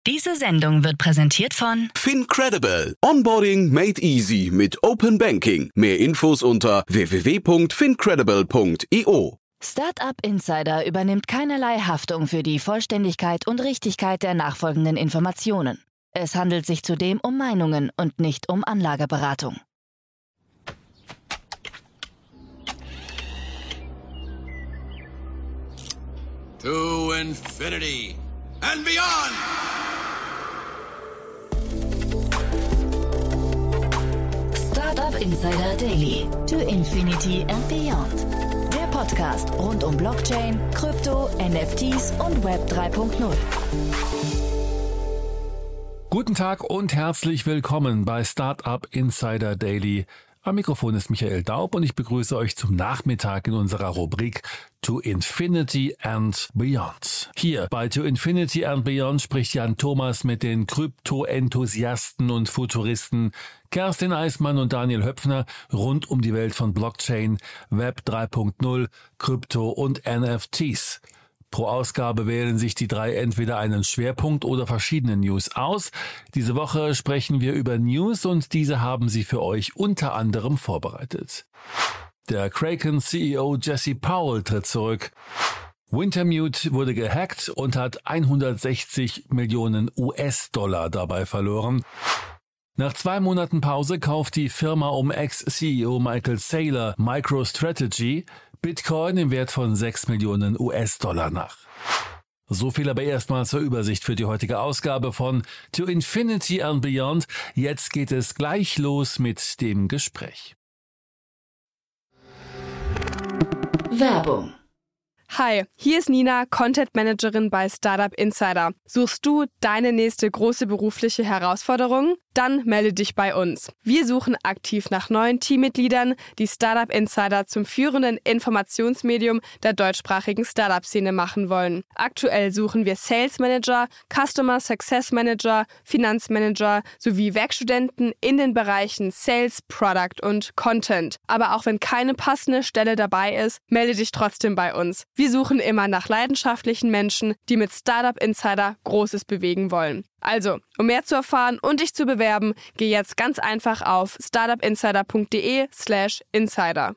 Diese Sendung wird präsentiert von FinCredible. Onboarding made easy mit Open Banking. Mehr Infos unter www.fincredible.io. Startup Insider übernimmt keinerlei Haftung für die Vollständigkeit und Richtigkeit der nachfolgenden Informationen. Es handelt sich zudem um Meinungen und nicht um Anlageberatung. To infinity and beyond! Startup Insider Daily. To Infinity and Beyond. Der Podcast rund um Blockchain, Krypto, NFTs und Web 3.0. Guten Tag und herzlich willkommen bei Startup Insider Daily. Am Mikrofon ist Michael Daub und ich begrüße euch zum Nachmittag in unserer Rubrik To Infinity and Beyond. Hier bei To Infinity and Beyond spricht Jan Thomas mit den Krypto-Enthusiasten und Futuristen Kerstin Eismann und Daniel Höpfner rund um die Welt von Blockchain, Web 3.0, Krypto und NFTs. Pro Ausgabe wählen sich die drei entweder einen Schwerpunkt oder verschiedene News aus. Diese Woche sprechen wir über News und diese haben sie für euch unter anderem vorbereitet. Der Kraken-CEO Jesse Powell tritt zurück. Wintermute wurde gehackt und hat 160 Millionen US-Dollar dabei verloren. Nach 2 Monaten Pause kauft die Firma um Ex-CEO Michael Saylor MicroStrategy Bitcoin im Wert von 6 Millionen US-Dollar nach. So viel aber erstmal zur Übersicht für die heutige Ausgabe von To Infinity and Beyond. Jetzt geht es gleich los mit dem Gespräch. Werbung. Hi, hier ist Nina, Content Managerin bei Startup Insider. Suchst du deine nächste große berufliche Herausforderung? Dann melde dich bei uns. Wir suchen aktiv nach neuen Teammitgliedern, die Startup Insider zum führenden Informationsmedium der deutschsprachigen Startup-Szene machen wollen. Aktuell suchen wir Sales Manager, Customer Success Manager, Finanzmanager sowie Werkstudenten in den Bereichen Sales, Product und Content. Aber auch wenn keine passende Stelle dabei ist, melde dich trotzdem bei uns. Wir suchen immer nach leidenschaftlichen Menschen, die mit Startup Insider Großes bewegen wollen. Also, um mehr zu erfahren und dich zu bewerben, geh jetzt ganz einfach auf startupinsider.de/insider.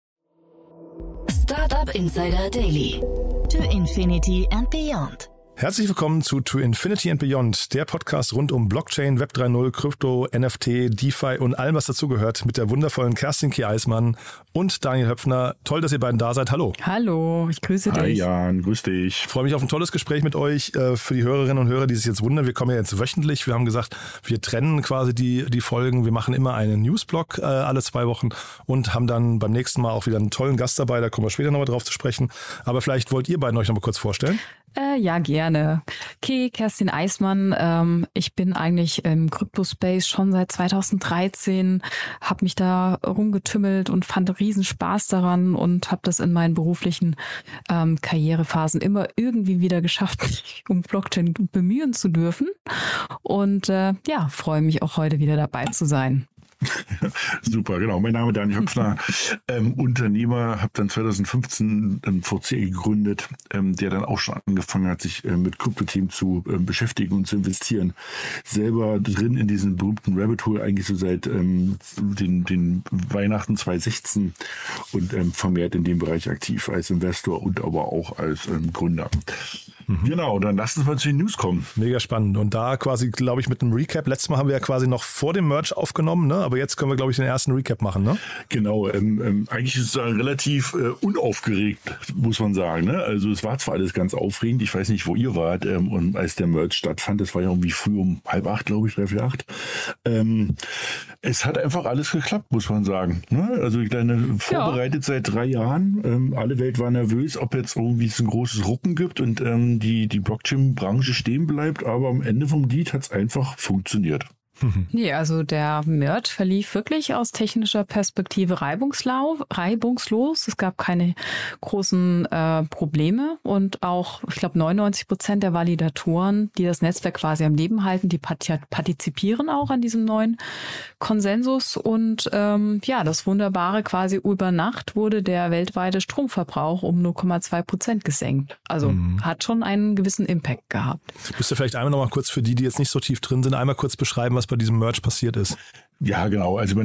Startup Insider Daily. To Infinity and Beyond. Herzlich willkommen zu To Infinity and Beyond, der Podcast rund um Blockchain, Web 3.0, Krypto, NFT, DeFi und allem, was dazugehört, mit der wundervollen Kerstin Eismann und Daniel Höpfner. Toll, dass ihr beiden da seid. Hallo. Hallo, ich grüße dich. Hi Jan, grüß dich. Ich freue mich auf ein tolles Gespräch mit euch. Für die Hörerinnen und Hörer, die sich jetzt wundern, wir kommen ja jetzt wöchentlich. Wir haben gesagt, wir trennen quasi die Folgen. Wir machen immer einen Newsblock alle 2 Wochen und haben dann beim nächsten Mal auch wieder einen tollen Gast dabei. Da kommen wir später nochmal drauf zu sprechen. Aber vielleicht wollt ihr beiden euch nochmal kurz vorstellen. Ja, gerne. Okay, Kerstin Eismann. Ich bin eigentlich im Kryptospace schon seit 2013, habe mich da rumgetümmelt und fand riesen Spaß daran und habe das in meinen beruflichen Karrierephasen immer irgendwie wieder geschafft, mich um Blockchain bemühen zu dürfen. Und freue mich auch heute wieder dabei zu sein. Super, genau. Mein Name ist Daniel Höpfner, Unternehmer, habe dann 2015 einen VC gegründet, der dann auch schon angefangen hat, sich mit Kryptothemen zu beschäftigen und zu investieren. Selber drin in diesem berühmten Rabbit Hole eigentlich so seit den Weihnachten 2016 und vermehrt in dem Bereich aktiv als Investor und aber auch als Gründer. Genau, dann lasst uns mal zu den News kommen. Mega spannend. Und da quasi, glaube ich, mit einem Recap. Letztes Mal haben wir ja quasi noch vor dem Merge aufgenommen, ne? Aber jetzt können wir, glaube ich, den ersten Recap machen, ne? Genau, eigentlich ist es relativ unaufgeregt, muss man sagen, ne? Also es war zwar alles ganz aufregend, ich weiß nicht, wo ihr wart, und als der Merge stattfand, das war ja irgendwie früh um 7:30, glaube ich, 7:45. Es hat einfach alles geklappt, muss man sagen, ne? Also ich meine, vorbereitet seit 3 Jahren, alle Welt war nervös, ob jetzt irgendwie es ein großes Rucken gibt und die Blockchain-Branche stehen bleibt, aber am Ende vom Lied hat es einfach funktioniert. Nee, also der Merge verlief wirklich aus technischer Perspektive reibungslos. Es gab keine großen Probleme und auch, ich glaube, 99% der Validatoren, die das Netzwerk quasi am Leben halten, die partizipieren auch an diesem neuen Konsensus. Und das Wunderbare, quasi über Nacht wurde der weltweite Stromverbrauch um 0,2% gesenkt. Also hat schon einen gewissen Impact gehabt. Müsst ihr vielleicht einmal noch mal kurz für die jetzt nicht so tief drin sind, einmal kurz beschreiben, was bei diesem Merge passiert ist? Ja, genau. Also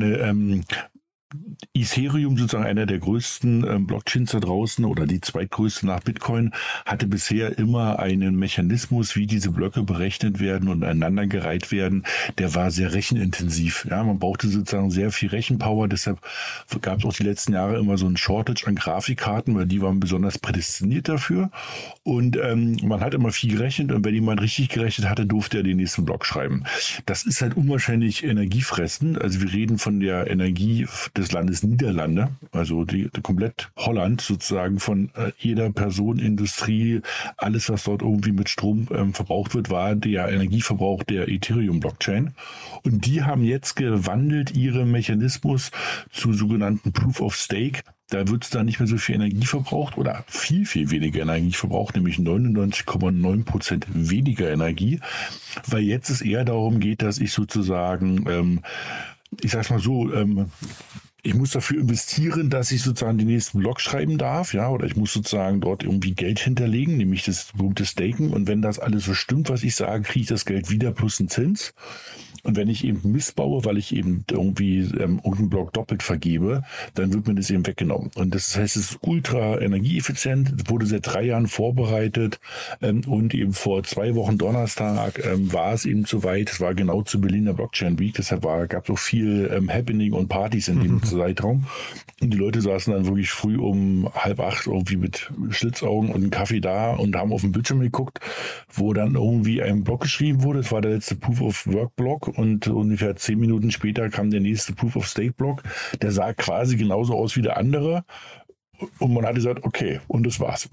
Ethereum, sozusagen einer der größten Blockchains da draußen oder die zweitgrößte nach Bitcoin, hatte bisher immer einen Mechanismus, wie diese Blöcke berechnet werden und aneinandergereiht werden. Der war sehr rechenintensiv. Ja, man brauchte sozusagen sehr viel Rechenpower. Deshalb gab es auch die letzten Jahre immer so ein Shortage an Grafikkarten, weil die waren besonders prädestiniert dafür. Und man hat immer viel gerechnet und wenn jemand richtig gerechnet hatte, durfte er den nächsten Block schreiben. Das ist halt unwahrscheinlich energiefressend. Also wir reden von der Energie des Landes Niederlande, also die komplett Holland sozusagen von jeder Person, Industrie, alles, was dort irgendwie mit Strom verbraucht wird, war der Energieverbrauch der Ethereum-Blockchain. Und die haben jetzt gewandelt ihren Mechanismus zu sogenannten Proof of Stake. Da wird es dann nicht mehr so viel Energie verbraucht oder viel, viel weniger Energie verbraucht, nämlich 99,9% weniger Energie, weil jetzt es eher darum geht, dass ich sozusagen, ich sag's mal so, ich muss dafür investieren, dass ich sozusagen den nächsten Block schreiben darf, ja, oder ich muss sozusagen dort irgendwie Geld hinterlegen, nämlich das berühmte Staken. Und wenn das alles so stimmt, was ich sage, kriege ich das Geld wieder plus einen Zins. Und wenn ich eben missbaue, weil ich eben irgendwie irgendeinen Block doppelt vergebe, dann wird mir das eben weggenommen. Und das heißt, es ist ultra energieeffizient, wurde seit 3 Jahren vorbereitet und eben vor 2 Wochen Donnerstag war es eben soweit. Es war genau zur Berliner Blockchain Week, deshalb gab es auch viel Happening und Partys in dem Zeitraum. Und die Leute saßen dann wirklich früh um 7:30 irgendwie mit Schlitzaugen und einem Kaffee da und haben auf den Bildschirm geguckt, wo dann irgendwie ein Block geschrieben wurde. Das war der letzte Proof of Work Block und ungefähr 10 Minuten später kam der nächste Proof of Stake Block. Der sah quasi genauso aus wie der andere. Und man hat gesagt, okay, und das war's.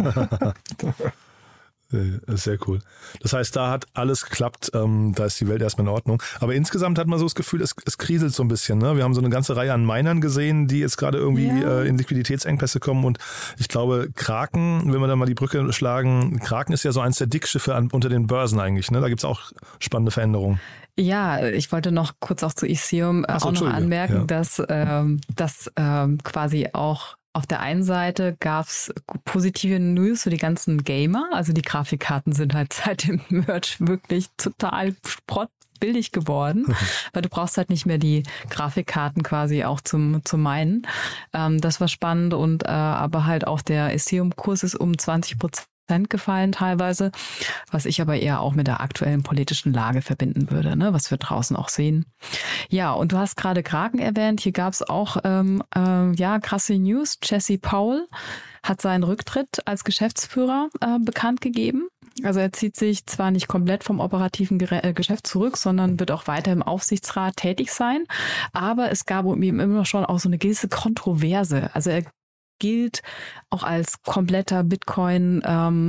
Sehr cool. Das heißt, da hat alles geklappt, da ist die Welt erstmal in Ordnung. Aber insgesamt hat man so das Gefühl, es kriselt so ein bisschen. Ne? Wir haben so eine ganze Reihe an Minern gesehen, die jetzt gerade irgendwie in Liquiditätsengpässe kommen. Und ich glaube, Kraken, wenn wir da mal die Brücke schlagen, Kraken ist ja so eins der Dickschiffe unter den Börsen eigentlich. Ne? Da gibt es auch spannende Veränderungen. Ja, ich wollte noch kurz auch zu Ethereum auch noch anmerken, dass das quasi auch auf der einen Seite gab es positive News für die ganzen Gamer. Also die Grafikkarten sind halt seit dem Merge wirklich total billig geworden, weil du brauchst halt nicht mehr die Grafikkarten quasi auch zum Minen. Das war spannend und aber halt auch der Ethereum-Kurs ist um 20% gefallen teilweise, was ich aber eher auch mit der aktuellen politischen Lage verbinden würde, ne, was wir draußen auch sehen. Ja, und du hast gerade Kraken erwähnt, hier gab es auch krasse News. Jesse Powell hat seinen Rücktritt als Geschäftsführer bekannt gegeben. Also er zieht sich zwar nicht komplett vom operativen Geschäft zurück, sondern wird auch weiter im Aufsichtsrat tätig sein, aber es gab ihm immer schon auch so eine gewisse Kontroverse. Also er gilt auch als kompletter Bitcoin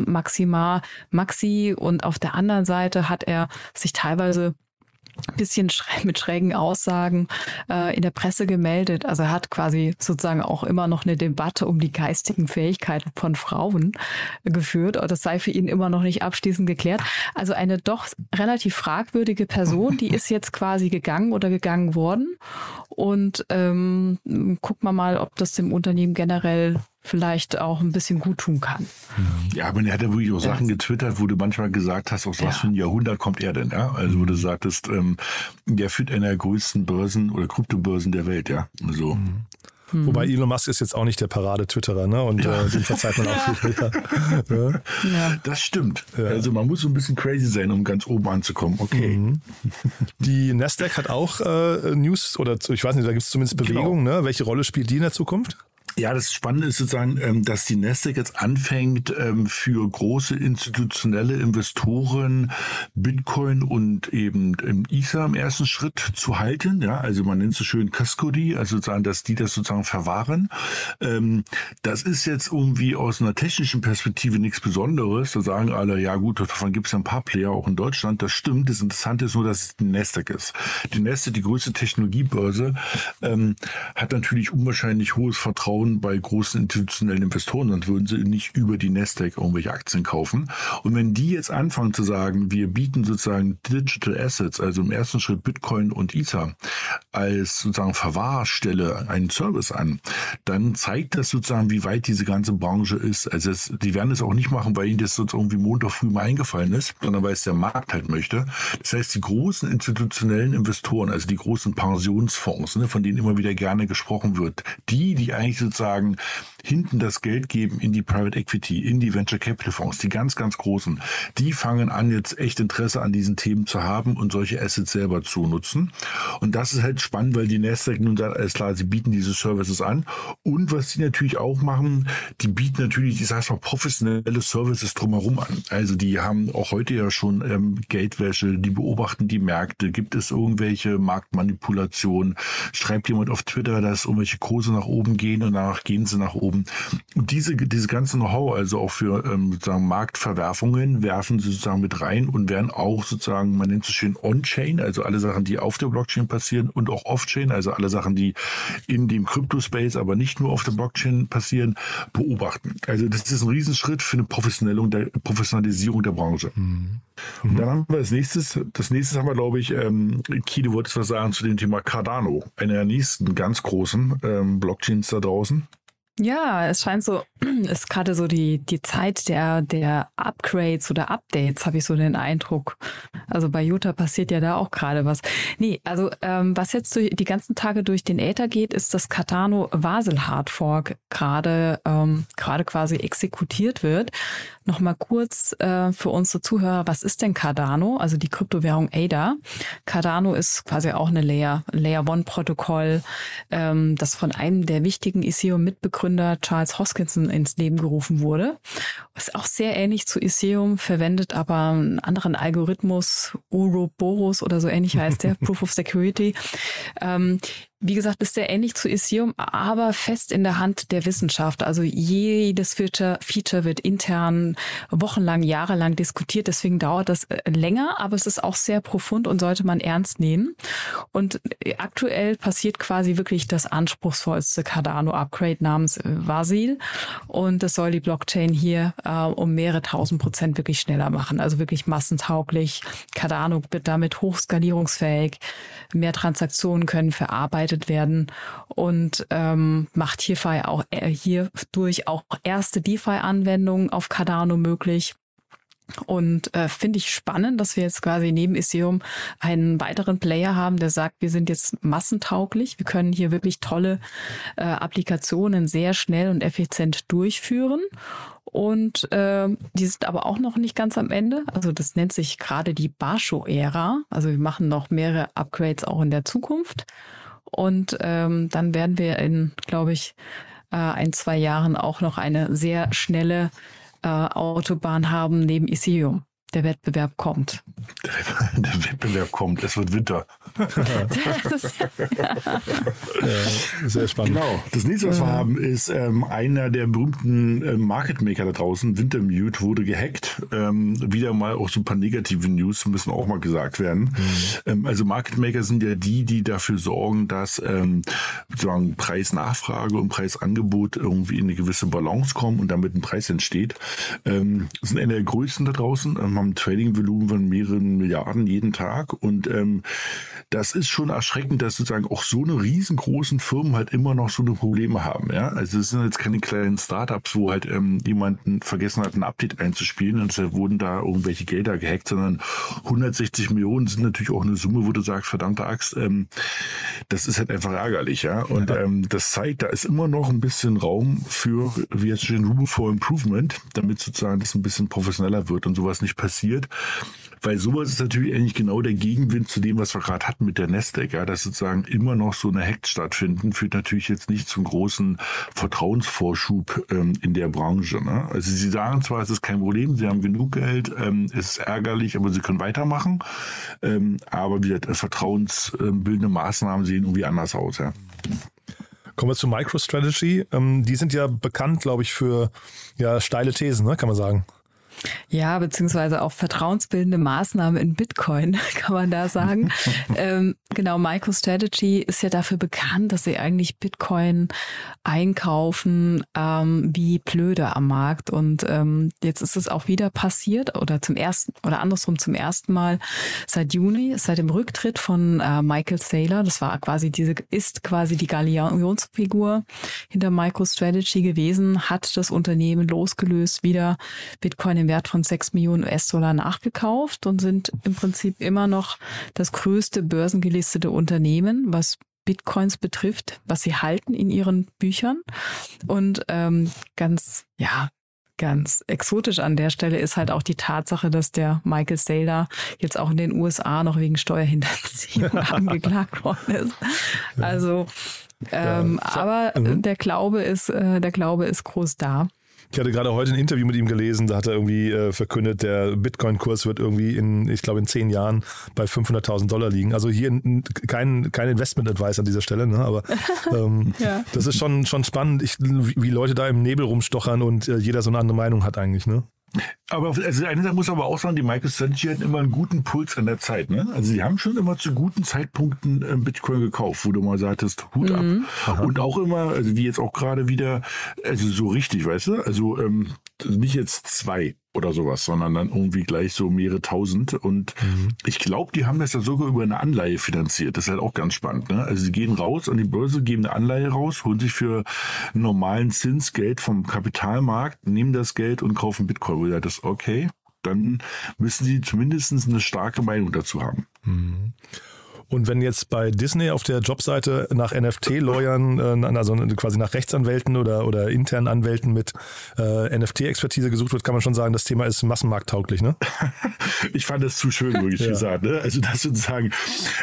Maxi und auf der anderen Seite hat er sich teilweise ein bisschen mit schrägen Aussagen in der Presse gemeldet. Also er hat quasi sozusagen auch immer noch eine Debatte um die geistigen Fähigkeiten von Frauen geführt. Und das sei für ihn immer noch nicht abschließend geklärt. Also eine doch relativ fragwürdige Person, die ist jetzt quasi gegangen worden. Und gucken wir mal, ob das dem Unternehmen generell vielleicht auch ein bisschen gut tun kann. Ja, aber er hat ja wirklich auch Sachen getwittert, wo du manchmal gesagt hast, aus was für ein Jahrhundert kommt er denn? Ja? Also wo du sagtest, der führt einer der größten Börsen oder Kryptobörsen der Welt, ja. Also. Wobei Elon Musk ist jetzt auch nicht der Parade-Twitterer, ne? Und den verzeiht man auch viel. Ja. Das stimmt. Ja. Also man muss so ein bisschen crazy sein, um ganz oben anzukommen. Okay. Die Nasdaq hat auch News, oder ich weiß nicht, da gibt es zumindest Bewegung, ne? Welche Rolle spielt die in der Zukunft? Ja, das Spannende ist sozusagen, dass die Nasdaq jetzt anfängt, für große institutionelle Investoren Bitcoin und eben Ether im ersten Schritt zu halten. Ja, also man nennt es so schön Custody, also sozusagen, dass die das sozusagen verwahren. Das ist jetzt irgendwie aus einer technischen Perspektive nichts Besonderes. Da sagen alle, ja gut, davon gibt es ja ein paar Player auch in Deutschland. Das stimmt. Das Interessante ist nur, dass es die Nasdaq ist. Die Nasdaq, die größte Technologiebörse, hat natürlich unwahrscheinlich hohes Vertrauen bei großen institutionellen Investoren, dann würden sie nicht über die Nasdaq irgendwelche Aktien kaufen. Und wenn die jetzt anfangen zu sagen, wir bieten sozusagen Digital Assets, also im ersten Schritt Bitcoin und Ether, als sozusagen Verwahrstelle einen Service an, dann zeigt das sozusagen, wie weit diese ganze Branche ist. Also die werden es auch nicht machen, weil ihnen das sozusagen irgendwie Montag früh mal eingefallen ist, sondern weil es der Markt halt möchte. Das heißt, die großen institutionellen Investoren, also die großen Pensionsfonds, von denen immer wieder gerne gesprochen wird, die eigentlich sozusagen hinten das Geld geben in die Private Equity, in die Venture Capital Fonds, die ganz, ganz großen, die fangen an, jetzt echt Interesse an diesen Themen zu haben und solche Assets selber zu nutzen. Und das ist halt spannend, weil die Nasdaq nun sagt, alles klar, sie bieten diese Services an. Und was sie natürlich auch machen, die bieten natürlich, ich sag's mal, professionelle Services drumherum an. Also die haben auch heute ja schon Geldwäsche, die beobachten die Märkte. Gibt es irgendwelche Marktmanipulationen? Schreibt jemand auf Twitter, dass irgendwelche Kurse nach oben gehen und danach gehen sie nach oben. Und diese ganze Know-how, also auch für sozusagen Marktverwerfungen, werfen sie sozusagen mit rein und werden auch sozusagen, man nennt es schön On-Chain, also alle Sachen, die auf der Blockchain passieren und auch Off-Chain, also alle Sachen, die in dem Crypto-Space, aber nicht nur auf der Blockchain passieren, beobachten. Also das ist ein Riesenschritt für eine Professionalisierung der Branche. Und dann haben wir das nächste haben wir, glaube ich, Ki, du wolltest was sagen zu dem Thema Cardano, einer der nächsten ganz großen Blockchains da draußen. Ja, es scheint so, ist gerade so die Zeit der Upgrades oder Updates, habe ich so den Eindruck. Also bei Jota passiert ja da auch gerade was. Nee, also was jetzt die ganzen Tage durch den Äther geht, ist, dass Cardano Vasel Hard Fork gerade quasi exekutiert wird. Nochmal kurz für unsere Zuhörer, was ist denn Cardano? Also die Kryptowährung ADA. Cardano ist quasi auch eine Layer-1-Protokoll, das von einem der wichtigen Ethereum-Mitbegründer Charles Hoskinson ins Leben gerufen wurde. Ist auch sehr ähnlich zu Ethereum, verwendet aber einen anderen Algorithmus, Ouroboros oder so ähnlich heißt der, Proof of Security. Wie gesagt, ist sehr ähnlich zu Ethereum, aber fest in der Hand der Wissenschaft. Also jedes Feature wird intern wochenlang, jahrelang diskutiert. Deswegen dauert das länger, aber es ist auch sehr profund und sollte man ernst nehmen. Und aktuell passiert quasi wirklich das anspruchsvollste Cardano-Upgrade namens Vasil. Und das soll die Blockchain hier um mehrere 1000% wirklich schneller machen. Also wirklich massentauglich. Cardano wird damit hochskalierungsfähig. Mehr Transaktionen können verarbeitet werden und macht hierdurch auch erste DeFi-Anwendungen auf Cardano möglich. Und finde ich spannend, dass wir jetzt quasi neben Ethereum einen weiteren Player haben, der sagt, wir sind jetzt massentauglich. Wir können hier wirklich tolle Applikationen sehr schnell und effizient durchführen. Und die sind aber auch noch nicht ganz am Ende. Also das nennt sich gerade die Basho-Ära. Also wir machen noch mehrere Upgrades auch in der Zukunft. Und dann werden wir in, glaube ich, 1-2 Jahren auch noch eine sehr schnelle Autobahn haben neben Ethereum. Der Wettbewerb kommt. Der Wettbewerb kommt. Es wird Winter. Sehr spannend. Genau. Das nächste, was wir haben, ist einer der berühmten Market Maker da draußen. Wintermute wurde gehackt. Wieder mal auch so ein paar negative News müssen auch mal gesagt werden. Also Market Maker sind ja die dafür sorgen, dass sozusagen Preis-Nachfrage und Preisangebot irgendwie in eine gewisse Balance kommen und damit ein Preis entsteht. Sind einer der größten da draußen. Haben ein Trading-Volumen von mehreren Milliarden jeden Tag und das ist schon erschreckend, dass sozusagen auch so eine riesengroßen Firmen halt immer noch so eine Probleme haben. Ja? Also es sind jetzt keine kleinen Startups, wo halt jemanden vergessen hat, ein Update einzuspielen und deshalb wurden da irgendwelche Gelder gehackt, sondern 160 Millionen sind natürlich auch eine Summe, wo du sagst, verdammte Axt, das ist halt einfach ärgerlich. Ja? Und das zeigt, da ist immer noch ein bisschen Raum für, wie jetzt schon Room for Improvement, damit sozusagen das ein bisschen professioneller wird und sowas nicht passiert. Weil sowas ist natürlich eigentlich genau der Gegenwind zu dem, was wir gerade hatten mit der Nasdaq, ja, dass sozusagen immer noch so eine Hacks stattfinden, führt natürlich jetzt nicht zum großen Vertrauensvorschub in der Branche. Ne? Also sie sagen zwar, es ist kein Problem, sie haben genug Geld, es ist ärgerlich, aber sie können weitermachen. Aber wie gesagt, vertrauensbildende Maßnahmen sehen irgendwie anders aus. Ja. Kommen wir zu MicroStrategy. Die sind ja bekannt, glaube ich, für steile Thesen, ne? Kann man sagen. Ja, beziehungsweise auch vertrauensbildende Maßnahmen in Bitcoin, kann man da sagen. Genau, MicroStrategy ist ja dafür bekannt, dass sie eigentlich Bitcoin einkaufen wie blöde am Markt. Und jetzt ist es auch wieder passiert oder zum ersten Mal seit Juni, seit dem Rücktritt von Michael Saylor. Das war quasi die Galionsfigur hinter MicroStrategy gewesen, hat das Unternehmen losgelöst, wieder Bitcoin im Wert von 6 Millionen US-Dollar nachgekauft und sind im Prinzip immer noch das größte börsengelistete Unternehmen, was Bitcoins betrifft, was sie halten in ihren Büchern. Und ganz exotisch an der Stelle ist halt auch die Tatsache, dass der Michael Saylor jetzt auch in den USA noch wegen Steuerhinterziehung angeklagt worden ist. Also, aber der Glaube ist groß da. Ich hatte gerade heute ein Interview mit ihm gelesen, da hat er irgendwie verkündet, der Bitcoin-Kurs wird irgendwie in 10 Jahren bei $500.000 liegen. Also hier kein Investment-Advice an dieser Stelle, ne? Aber das ist schon spannend, wie Leute da im Nebel rumstochern und jeder so eine andere Meinung hat eigentlich, ne? Aber also eine Sache muss aber auch sagen, die MicroStrategy hatten immer einen guten Puls an der Zeit. Ne? Also sie haben schon immer zu guten Zeitpunkten Bitcoin gekauft, wo du mal sagtest, Hut ab. Aha. Und auch immer, also wie jetzt auch gerade wieder, also so richtig, weißt du? Also nicht jetzt 2 oder sowas, sondern dann irgendwie gleich so mehrere tausend. Und ich glaube, die haben das ja sogar über eine Anleihe finanziert. Das ist halt auch ganz spannend. Ne? Also sie gehen raus an die Börse, geben eine Anleihe raus, holen sich für einen normalen Zins Geld vom Kapitalmarkt, nehmen das Geld und kaufen Bitcoin. Wo das ist okay, dann müssen sie zumindest eine starke Meinung dazu haben. Und wenn jetzt bei Disney auf der Jobseite nach NFT-Lawyern, also quasi nach Rechtsanwälten oder internen Anwälten mit NFT-Expertise gesucht wird, kann man schon sagen, das Thema ist massenmarkttauglich, ne? Ich fand das zu schön, wirklich gesagt. Ne? Also das sozusagen,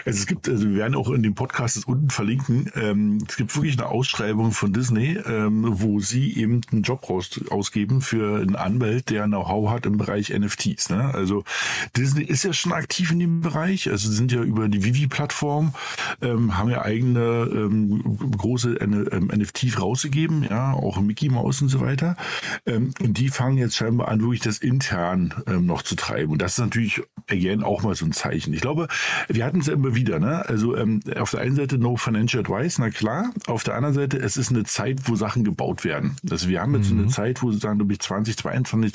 wir werden auch in dem Podcast das unten verlinken, es gibt wirklich eine Ausschreibung von Disney, wo sie eben einen Job ausgeben für einen Anwalt, der Know-how hat im Bereich NFTs. Ne? Also Disney ist ja schon aktiv in dem Bereich, also sie sind ja über die Vivi-Plattform, haben ja eigene große NFTs rausgegeben, ja, auch Mickey Mouse und so weiter. Und die fangen jetzt scheinbar an, wirklich das intern noch zu treiben. Und das ist natürlich, again, auch mal so ein Zeichen. Ich glaube, wir hatten es ja immer wieder, ne? Also auf der einen Seite no financial advice, na klar. Auf der anderen Seite, es ist eine Zeit, wo Sachen gebaut werden. Also wir haben jetzt eine Zeit, wo sozusagen, glaube ich, 2022,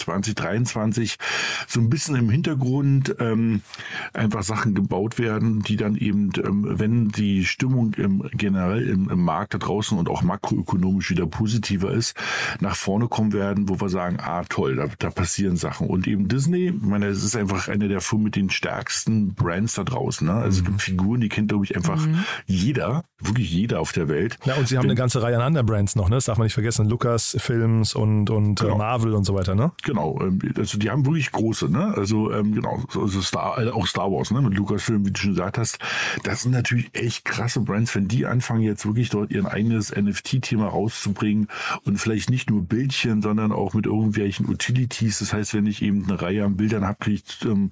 2023 so ein bisschen im Hintergrund einfach Sachen gebaut werden, die dann eben, wenn die Stimmung generell im Markt da draußen und auch makroökonomisch wieder positiver ist, nach vorne kommen werden, wo wir sagen, toll, da passieren Sachen. Und eben Disney, ich meine, es ist einfach eine der Firmen mit den stärksten Brands da draußen. Ne? Also es gibt Figuren, die kennt, glaube ich, einfach jeder, wirklich jeder auf der Welt. Ja, und sie haben eine ganze Reihe an anderen Brands noch, ne? Das darf man nicht vergessen. Lucasfilms und genau. Marvel und so weiter, ne? Genau, also die haben wirklich große, ne? Also genau, also auch Star Wars, ne? Mit Lucasfilm, wie du schon gesagt hast. Das sind natürlich echt krasse Brands, wenn die anfangen, jetzt wirklich dort ihr eigenes NFT-Thema rauszubringen und vielleicht nicht nur Bildchen, sondern auch mit irgendwelchen Utilities. Das heißt, wenn ich eben eine Reihe an Bildern habe, kriege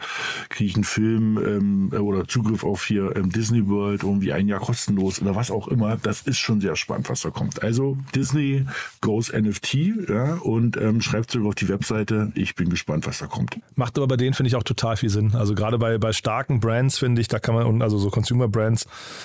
ich einen Film oder Zugriff auf hier Disney World irgendwie ein Jahr kostenlos oder was auch immer. Das ist schon sehr spannend, was da kommt. Also Disney goes NFT, ja, und schreibt sogar auf die Webseite. Ich bin gespannt, was da kommt. Macht aber bei denen, finde ich, auch total viel Sinn. Also gerade bei starken Brands, finde ich, da kann man, also so Consumer Brands,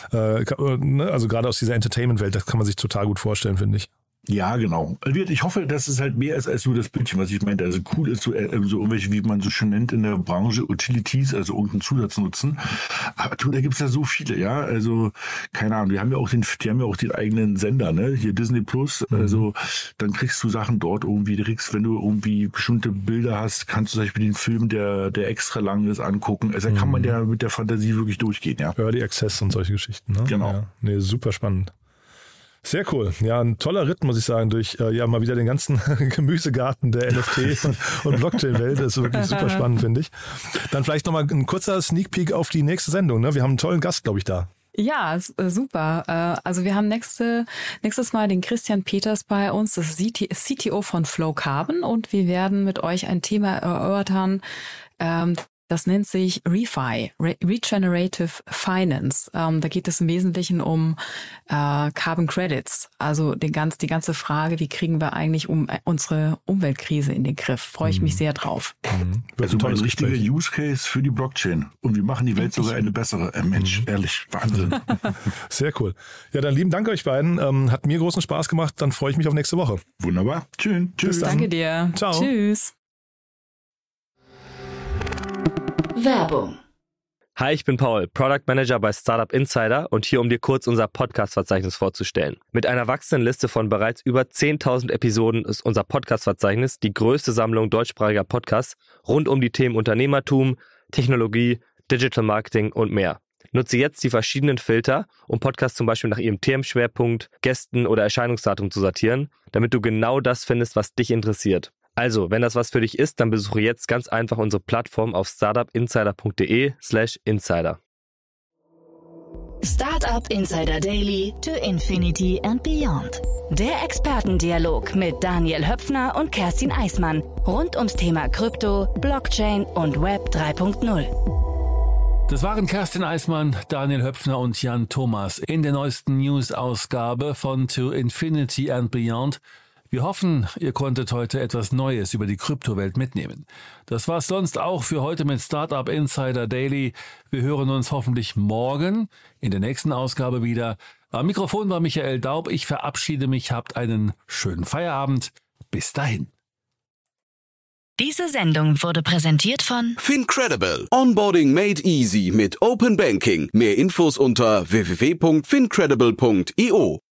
also gerade aus dieser Entertainment-Welt, das kann man sich total gut vorstellen, finde ich. Ja, genau. Ich hoffe, dass es halt mehr ist als nur das Bildchen, was ich meinte. Also cool ist so irgendwelche, wie man so schön nennt in der Branche, Utilities, also irgendeinen Zusatznutzen. Aber da gibt's ja so viele, ja. Also, keine Ahnung, die haben ja auch den eigenen Sender, ne? Hier Disney Plus. Also, dann kriegst du Sachen dort irgendwie, wenn du irgendwie bestimmte Bilder hast, kannst du zum Beispiel den Film, der extra lang ist, angucken. Also, da kann man ja mit der Fantasie wirklich durchgehen, ja. Early Access und solche Geschichten, ne? Genau. Ja. Nee, super spannend. Sehr cool. Ja, ein toller Ritt, muss ich sagen, durch mal wieder den ganzen Gemüsegarten der NFT und Blockchain-Welt. Das ist wirklich super spannend, finde ich. Dann vielleicht nochmal ein kurzer Sneak Peek auf die nächste Sendung. Ne? Wir haben einen tollen Gast, glaube ich, da. Ja, super. Also wir haben nächstes Mal den Christian Peters bei uns, das CTO von Flow Carbon, und wir werden mit euch ein Thema erörtern, das nennt sich ReFi, Regenerative Finance. Da geht es im Wesentlichen um Carbon Credits, also die ganze Frage, wie kriegen wir eigentlich unsere Umweltkrise in den Griff. Freue ich mich sehr drauf. Also ein richtiger Use Case für die Blockchain. Und wir machen die Welt sogar eine bessere. Mensch, ehrlich, Wahnsinn. Sehr cool. Ja, dann lieben Dank euch beiden. Hat mir großen Spaß gemacht. Dann freue ich mich auf nächste Woche. Wunderbar. Tschüss. Bis dann. Danke dir. Ciao. Tschüss. Werbung. Hi, ich bin Paul, Product Manager bei Startup Insider und hier, um dir kurz unser Podcast-Verzeichnis vorzustellen. Mit einer wachsenden Liste von bereits über 10.000 Episoden ist unser Podcast-Verzeichnis die größte Sammlung deutschsprachiger Podcasts rund um die Themen Unternehmertum, Technologie, Digital Marketing und mehr. Nutze jetzt die verschiedenen Filter, um Podcasts zum Beispiel nach ihrem Themenschwerpunkt, Gästen oder Erscheinungsdatum zu sortieren, damit du genau das findest, was dich interessiert. Also, wenn das was für dich ist, dann besuche jetzt ganz einfach unsere Plattform auf startupinsider.de/insider. Startup Insider Daily to Infinity and Beyond. Der Expertendialog mit Daniel Höpfner und Kerstin Eismann rund ums Thema Krypto, Blockchain und Web 3.0. Das waren Kerstin Eismann, Daniel Höpfner und Jan Thomas in der neuesten News-Ausgabe von To Infinity and Beyond. Wir hoffen, ihr konntet heute etwas Neues über die Kryptowelt mitnehmen. Das war's sonst auch für heute mit Startup Insider Daily. Wir hören uns hoffentlich morgen in der nächsten Ausgabe wieder. Am Mikrofon war Michael Daub. Ich verabschiede mich. Habt einen schönen Feierabend. Bis dahin. Diese Sendung wurde präsentiert von Fincredible. Onboarding made easy mit Open Banking. Mehr Infos unter www.fincredible.io.